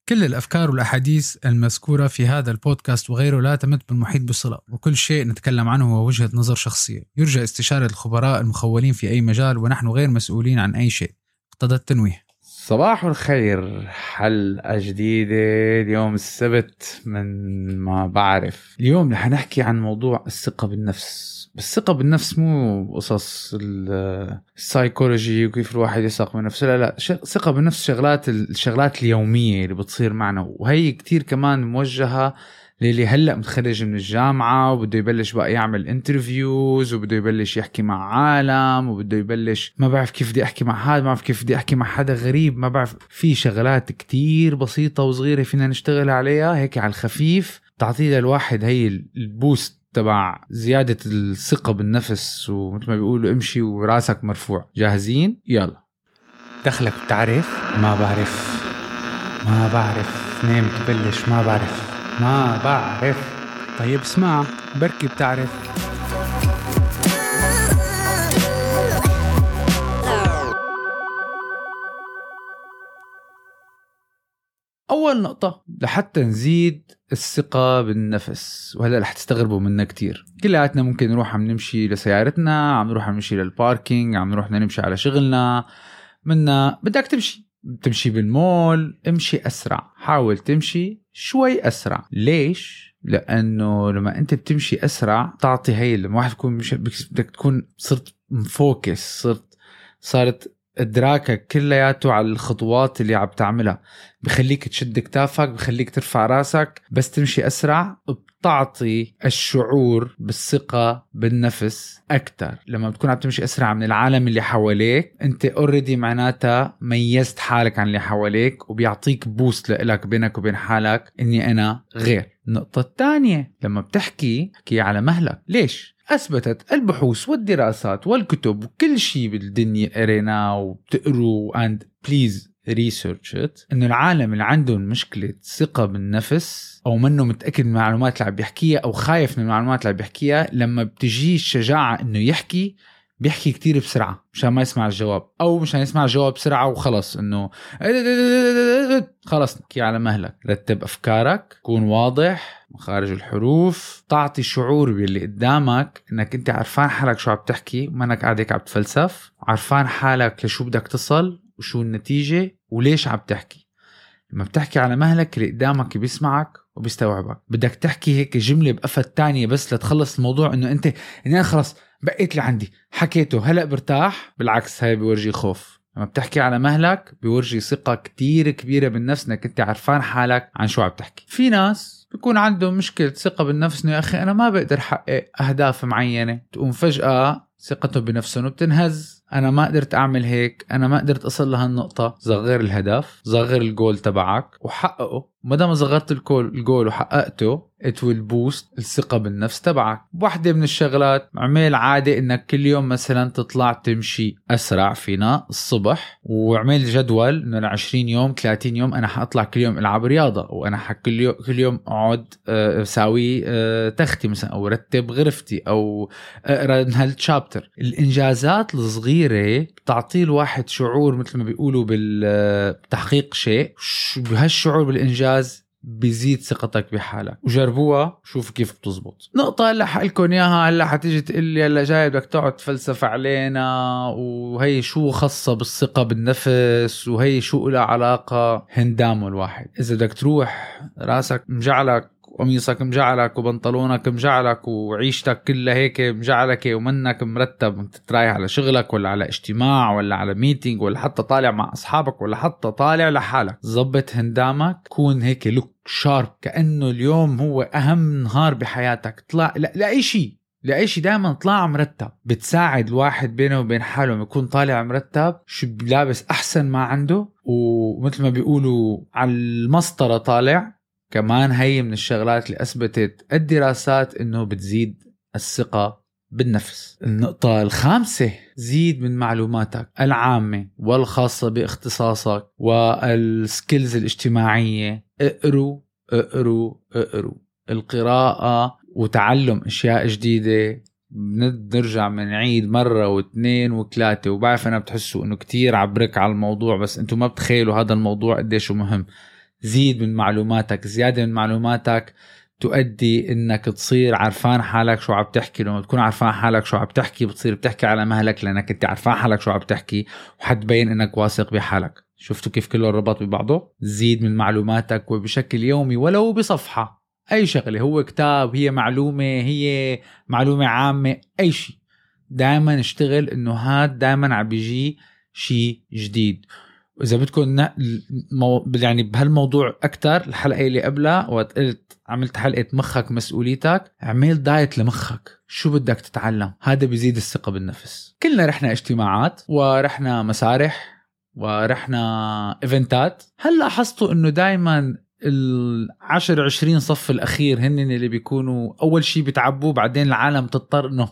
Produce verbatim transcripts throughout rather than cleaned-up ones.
كل الأفكار والأحاديث المذكورة في هذا البودكاست وغيره لا تمت بالمحيط بصلة، وكل شيء نتكلم عنه هو وجهة نظر شخصية يرجى استشارة الخبراء المخولين في أي مجال، ونحن غير مسؤولين عن أي شيء. اقتضى التنويه. صباح الخير، حلقة جديدة اليوم السبت من ما بعرف. اليوم رح نحكي عن موضوع الثقة بالنفس. الثقة بالنفس مو قصص السايكولوجي وكيف الواحد يثق بنفسه، لا لا، الثقة بالنفس شغلات الشغلات اليومية اللي بتصير معنا، وهي كتير كمان موجهة للي هلأ متخرج من الجامعة وبده يبلش بقى يعمل انترفيوز وبده يبلش يحكي مع عالم وبده يبلش ما بعرف كيف بدي أحكي مع حد، ما بعرف كيف بدي أحكي مع حدا غريب، ما بعرف. في شغلات كتير بسيطة وصغيرة فينا نشتغل عليها هيك على الخفيف تعطيها الواحد هي البوست تبع زيادة الثقة بالنفس، ومثل ما بيقولوا امشي وراسك مرفوع. جاهزين؟ يلا. دخلك بتعرف؟ ما بعرف ما بعرف نام تبلش ما بعرف ما بعرف. طيب اسمع، بركي بتعرف. أول نقطة لحتى نزيد الثقة بالنفس، وهذا رح تستغربوا منا كتير. كلياتنا ممكن نروح عم نمشي لسيارتنا، عم نروح عم نمشي للباركينج، عم نروح نمشي على شغلنا. منا بدك تمشي تمشي بالمول، امشي أسرع، حاول تمشي شوي أسرع. ليش؟ لأنه لما أنت بتمشي أسرع تعطي هاي لما واحد تكون مش بدك تكون صرت مفوكس، صرت صارت إدراكك كلياته على الخطوات اللي عم تعملها، بخليك تشد كتافك، بخليك ترفع راسك. بس تمشي أسرع بتعطي الشعور بالثقة بالنفس أكتر. لما بتكون عم تمشي أسرع من العالم اللي حواليك، أنت already معناتها ميزت حالك عن اللي حواليك، وبيعطيك بوست لإلك بينك وبين حالك إني أنا غير. النقطة الثانية، لما بتحكي حكي على مهلك. ليش؟ أثبتت البحوث والدراسات والكتب وكل شيء بالدنيا قريناه وبتقروا and please research it، إنه العالم اللي عندهم مشكلة ثقة بالنفس أو منه متأكد من المعلومات اللي عم بيحكيها أو خايف من المعلومات اللي عم بيحكيها، لما بتجيه الشجاعة إنه يحكي بيحكي كتير بسرعة مشان ما يسمع الجواب، أو مشان يسمع الجواب بسرعة وخلص إنه خلص. نحكي على مهلك، رتب أفكارك، كون واضح، مخارج الحروف، تعطي شعور باللي قدامك إنك أنت عارفان حالك شو عم تحكي، ما إنك قاعدك عم تفلسف، عارفان حالك لشو بدك تصل وشو النتيجة وليش عم تحكي. لما بتحكي على مهلك اللي قدامك بيسمعك وبيستوعبك. بدك تحكي هيك جملة بقفة تانية بس لتخلص الموضوع، إنه أنت إني خلص بقيت لعندي حكيته هلأ برتاح. بالعكس، هاي بيورجي خوف. لما بتحكي على مهلك بيورجي ثقة كتير كبيرة بالنفس، انك انت عارفان حالك عن شو عم تحكي. في ناس بيكون عندهم مشكلة ثقة بالنفس، انه يا اخي انا ما بقدر حقق اهداف معينة، تقوم فجأة ثقته بنفسه بتنهز. انا ما قدرت اعمل هيك، انا ما قدرت اصل لهالنقطة. صغر الهدف، صغر الجول تبعك وحققه. مدام صغرت الجول الجول وحققته it will boost الثقة بالنفس تبعك. واحدة من الشغلات، عمل عادة انك كل يوم مثلا تطلع تمشي اسرع فينا الصبح، وعمل جدول انه لعشرين يوم ثلاثين يوم انا حاطلع كل يوم العب رياضة، وانا كل يوم كل يوم اقعد اساوي تختي مثلا، او رتب غرفتي، او اقرا هالشابتر. الانجازات الصغيرة بتعطي الواحد شعور مثل ما بيقولوا بالتحقيق شيء. بهالشعور بالانجاز بيزيد ثقتك بحالك، وجربوها شوف كيف بتزبط. نقطة هلا حقلكم اياها، هلا حتيجي تقول لي هلا جاي بدك تقعد تفلسف علينا، وهي شو خاصة بالثقة بالنفس، وهي شو لها علاقة. هندامه الواحد اذا بدك تروح راسك مجعلك، قميصك مجعلك، وبنطلونك مجعلك، وعيشتك كلها هيك مجعلك، ومنك مرتب، انت رايح على شغلك ولا على اجتماع ولا على ميتينج ولا حتى طالع مع اصحابك ولا حتى طالع لحالك، زبط هندامك، كون هيك لوك شارب كأنه اليوم هو اهم نهار بحياتك. طلع لا لاي شيء لاي شيء دائما طلع مرتب. بتساعد الواحد بينه وبين حاله يكون طالع مرتب، شو لابس احسن ما عنده، ومثل ما بيقولوا على المسطرة طالع. كمان هي من الشغلات اللي أثبتت الدراسات إنه بتزيد الثقة بالنفس. النقطة الخامسة، زيد من معلوماتك العامة والخاصة باختصاصك والسكيلز الاجتماعية. اقروا اقروا اقروا. القراءة وتعلم أشياء جديدة بنرجع من عيد مرة واثنين وثلاثة، وبعرف أنا بتحسوا إنه كتير عبرك على الموضوع، بس أنتم ما بتخيلوا هذا الموضوع قديش مهم. زيد من معلوماتك. زيادة من معلوماتك تؤدي انك تصير عارفان حالك شو عم تحكي. لما تكون عارفان حالك شو عم تحكي بتصير بتحكي على مهلك لانك انت عارفان حالك شو عم تحكي وحتبين انك واثق بحالك. شفتوا كيف كله ربط ببعضه؟ زيد من معلوماتك وبشكل يومي ولو بصفحة، اي شغلة، هو كتاب، هي معلومة، هي معلومة عامة، اي شيء، دائما اشتغل انه هاد دائما عم بيجي شيء جديد. وإذا بدكم مو... يعني بهالموضوع أكتر الحلقة اللي قبلها وقت قلت عملت حلقة مخك مسؤوليتك، عمل دايت لمخك، شو بدك تتعلم، هذا بيزيد الثقة بالنفس. كلنا رحنا اجتماعات ورحنا مسارح ورحنا إيفنتات، هل لاحظتوا إنه دايما العشر عشرين صف الأخير هن اللي بيكونوا أول شيء بتعبوا، بعدين العالم تضطر إنه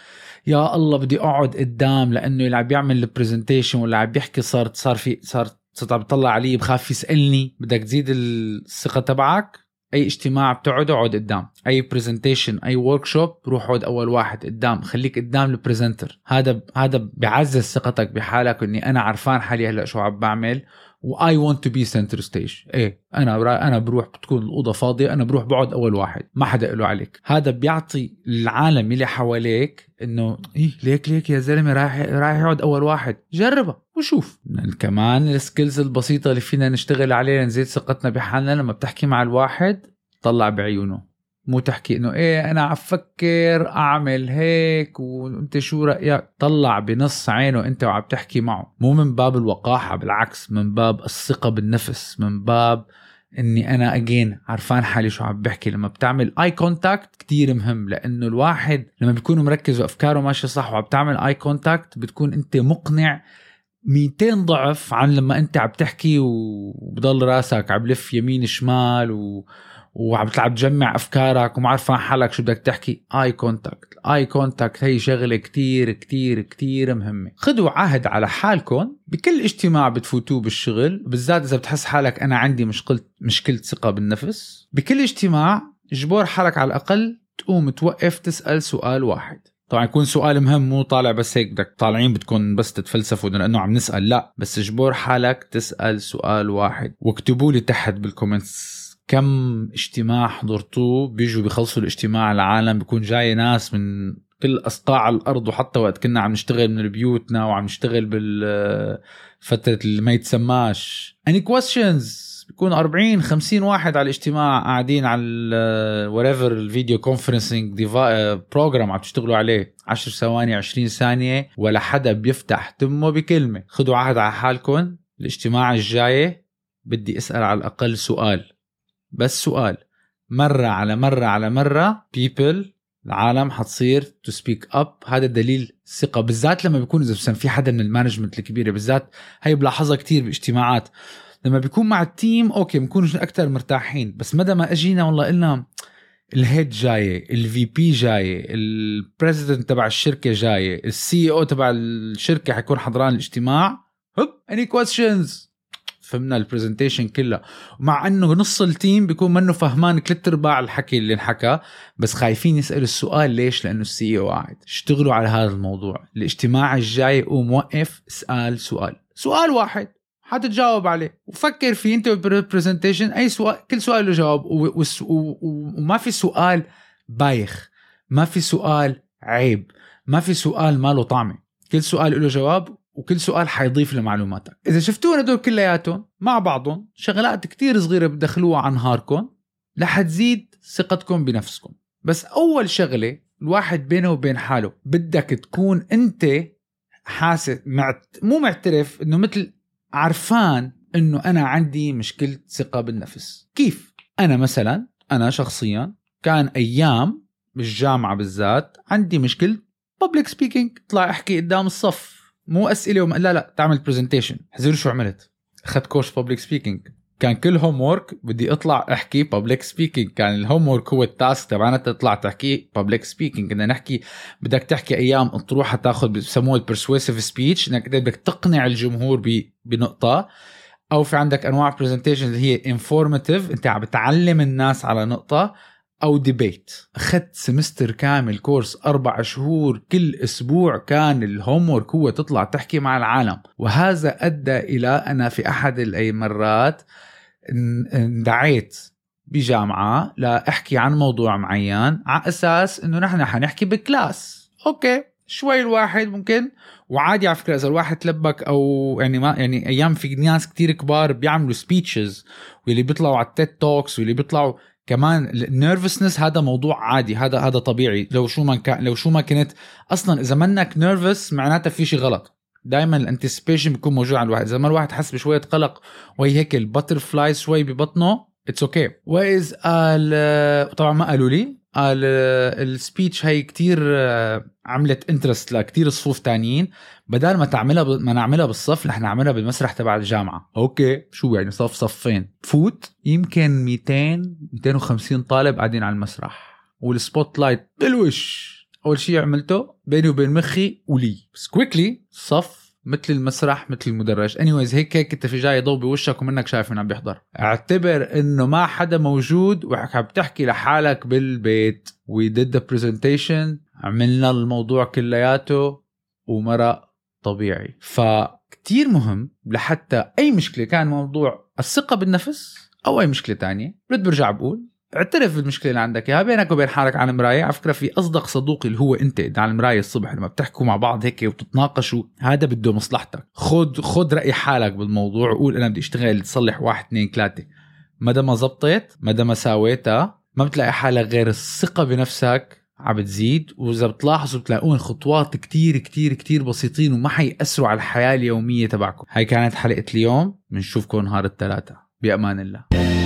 يا الله بدي اقعد قدام لانه اللي عم بيعمل البرزنتيشن ولا عم بيحكي صار صار في صار صرت عم بطلع عليه بخاف يسالني. بدك تزيد الثقه تبعك، اي اجتماع بتقعد اقعد قدام، اي برزنتيشن، اي ورك شوب روح اقعد اول واحد قدام، خليك قدام البرزنتر. هذا هذا بيعزز ثقتك بحالك اني انا عارفان حالي هلا شو عم بعمل و I want to be center stage. ايه انا انا بروح بتكون الاوضه فاضيه، انا بروح بقعد اول واحد، ما حدا له عليك. هذا بيعطي العالم اللي حواليك انه ايه ليك ليك يا زلمه رايح رايح يقعد اول واحد، جربها وشوف. كمان السكيلز البسيطه اللي فينا نشتغل عليها نزيد ثقتنا بحالنا، لما بتحكي مع الواحد طلع بعيونه، مو تحكي انه ايه انا عفكر اعمل هيك وانت شو رأيك، طلع بنص عينه انت وعم تحكي معه، مو من باب الوقاحة، بالعكس من باب الثقة بالنفس، من باب اني انا اجين عارفان حالي شو عم بحكي. لما بتعمل اي كونتاكت كتير مهم، لانه الواحد لما بيكون مركز وافكاره ماشية صح وعم تعمل اي كونتاكت بتكون انت مقنع مئتين ضعف عن لما انت عم تحكي وبضل راسك عم لف يمين شمال و وعم تلعب تجمع أفكارك وما عارفان حالك شو بدك تحكي. آي كونتاكت آي كونتاكت هي شغلة كتير كتير كتير مهمة. خدوا عهد على حالكم بكل اجتماع بتفوتوه بالشغل، بالذات إذا بتحس حالك أنا عندي مشكلة مشكلة ثقة بالنفس، بكل اجتماع جبور حالك على الأقل تقوم توقف تسأل سؤال واحد. طبعا يكون سؤال مهم، مو طالع بس هيك بدك طالعين بدكم بس تتفلسفوا لأنه عم نسأل، لا، بس جبور حالك تسأل سؤال واحد. واكتبوا لي تحت بالكومنتس كم اجتماع حضرتوه بيجوا بيخلصوا الاجتماع العالم بيكون جاي ناس من كل أصقاع الأرض، وحتى وقت كنا عم نشتغل من بيوتنا وعم نشتغل بالفترة اللي ما يتسماش. any questions؟ بيكون أربعين خمسين واحد على الاجتماع قاعدين على whatever الفيديو كونفرنسينج بروجرام عم تشتغلوا عليه، عشر ثواني عشرين ثانية ولا حدا بيفتح تمه بكلمة. خدوا عهد على حالكم الاجتماع الجاي بدي أسأل على الأقل سؤال، بس سؤال، مرة على مرة على مرة people العالم حتصير to speak up. هذا دليل ثقة، بالذات لما بيكون إذا بسم في حدا من المانجمنت الكبيرة، بالذات هاي بلاحظها كتير باجتماعات لما بيكون مع التيم أوكي بنكون أكتر مرتاحين، بس مدى ما أجينا والله قلنا الهيد جاية، الفي بي جاية، البريزيدنت تبع الشركة جاية، السي او تبع الشركة حيكون حضران الاجتماع، هب any questions؟ فهمنا البرزنتيشن كلها، مع انه نص التيم بيكون منه فهمان ثلاث ارباع الحكي اللي انحكى، بس خايفين يسألوا السؤال. ليش؟ لانه السي او قاعد. اشتغلوا على هذا الموضوع. الاجتماع الجاي قوم وقف اسأل سؤال، سؤال واحد حتتجاوب عليه، وفكر فيه انت بالبرزنتيشن. اي سؤال، كل سؤال له جواب، وما في سؤال بايخ، ما في سؤال عيب، ما في سؤال ما له طعمه، كل سؤال له جواب، وكل سؤال حيضيف لمعلوماتك. إذا شفتونا دول كلياتهم مع بعضهم شغلات كتير صغيرة بتدخلوها عن نهاركم لحتزيد ثقتكم بنفسكم. بس أول شغلة الواحد بينه وبين حاله بدك تكون أنت حاسس معت... مو معترف إنه مثل عارفان إنه أنا عندي مشكلة ثقة بالنفس. كيف؟ أنا مثلا أنا شخصيا كان أيام بالجامعة بالذات عندي مشكلة public speaking، طلع أحكي قدام الصف، مو أسئلة وم... لا لا تعمل برزنتيشن. حزيروا شو عملت؟ أخذت كورس public speaking، كان كل هوم وورك بدي أطلع أحكي public speaking. كان الهوم وورك هو التاسك تبعنا تطلع تحكي public speaking. كنا نحكي بدك تحكي أيام تروح تاخد بسموه persuasive speech، إنك بدك تقنع الجمهور ب... بنقطة، أو في عندك أنواع presentation اللي هي informative، أنت عم بتعلم الناس على نقطة، أو ديبيت. أخذت سمستر كامل كورس أربع شهور، كل أسبوع كان الهومورك هو تطلع تحكي مع العالم. وهذا أدى إلى أنا في أحد الأي مرات دعيت بجامعة لا أحكي عن موضوع معين على أساس إنه نحن حنحكي بكلاس. أوكي شوي الواحد ممكن وعادي على فكرة إذا الواحد تلبك أو يعني ما يعني أيام في ناس كتير كبار بيعملوا سبيتشز واللي بيطلعوا على التيد توكس واللي بيطلعوا كمان النيرفسنس هذا موضوع عادي هذا هذا طبيعي لو شو ما كان لو شو ما كنت أصلا إذا منك نيرفس معناته في شيء غلط. دائما الانتسبيشن بيكون موجود عند الواحد. إذا ما الواحد حس بشوية قلق وهي هيك الباترفلايز شوي ببطنه it's okay. وإذ قال طبعا ما قالوا لي قال السبيتش هاي كتير عملت انترست لكتير صفوف تانيين بدل ما تعملها ب... ما نعملها بالصف رح نعملها بالمسرح تبع الجامعة. اوكي شو يعني صف صفين فوت يمكن مئتين مئتين وخمسين طالب قاعدين على المسرح والسبوت لايت بالوش. اول شيء عملته بيني وبين مخي ولي بس كويكلي صف مثل المسرح مثل المدرج. anyways هيك هيك انت في جاي ضوء بوشك ومنك شايف من عم بيحضر. اعتبر انه ما حدا موجود وعم بتحكي لحالك بالبيت. we did the presentation عملنا الموضوع كلياته ومرق طبيعي. فكتير مهم لحتى اي مشكلة كان موضوع الثقة بالنفس او اي مشكلة تانية رد برجع بقول اعترف بالمشكلة اللي عندك يا بينك وبين حالك على المراية. على فكرة في أصدق صدوقي اللي هو أنت على المراية الصبح لما بتحكوا مع بعض هيك وتتناقشوا هذا بده مصلحتك. خد خد رأي حالك بالموضوع وقول أنا بدي اشتغل تصلح واحد اثنين ثلاثة. مدى ما زبطت مدى ما ساويتها ما بتلاقي حالك غير الثقة بنفسك عم بتزيد. وإذا بتلاحظوا بتلاقون خطوات كتير كتير كتير بسيطين وما حيأثروا على الحياة اليومية تبعكم. هاي كانت حلقة اليوم. بنشوفكم نهار الثلاثاء بأمان الله.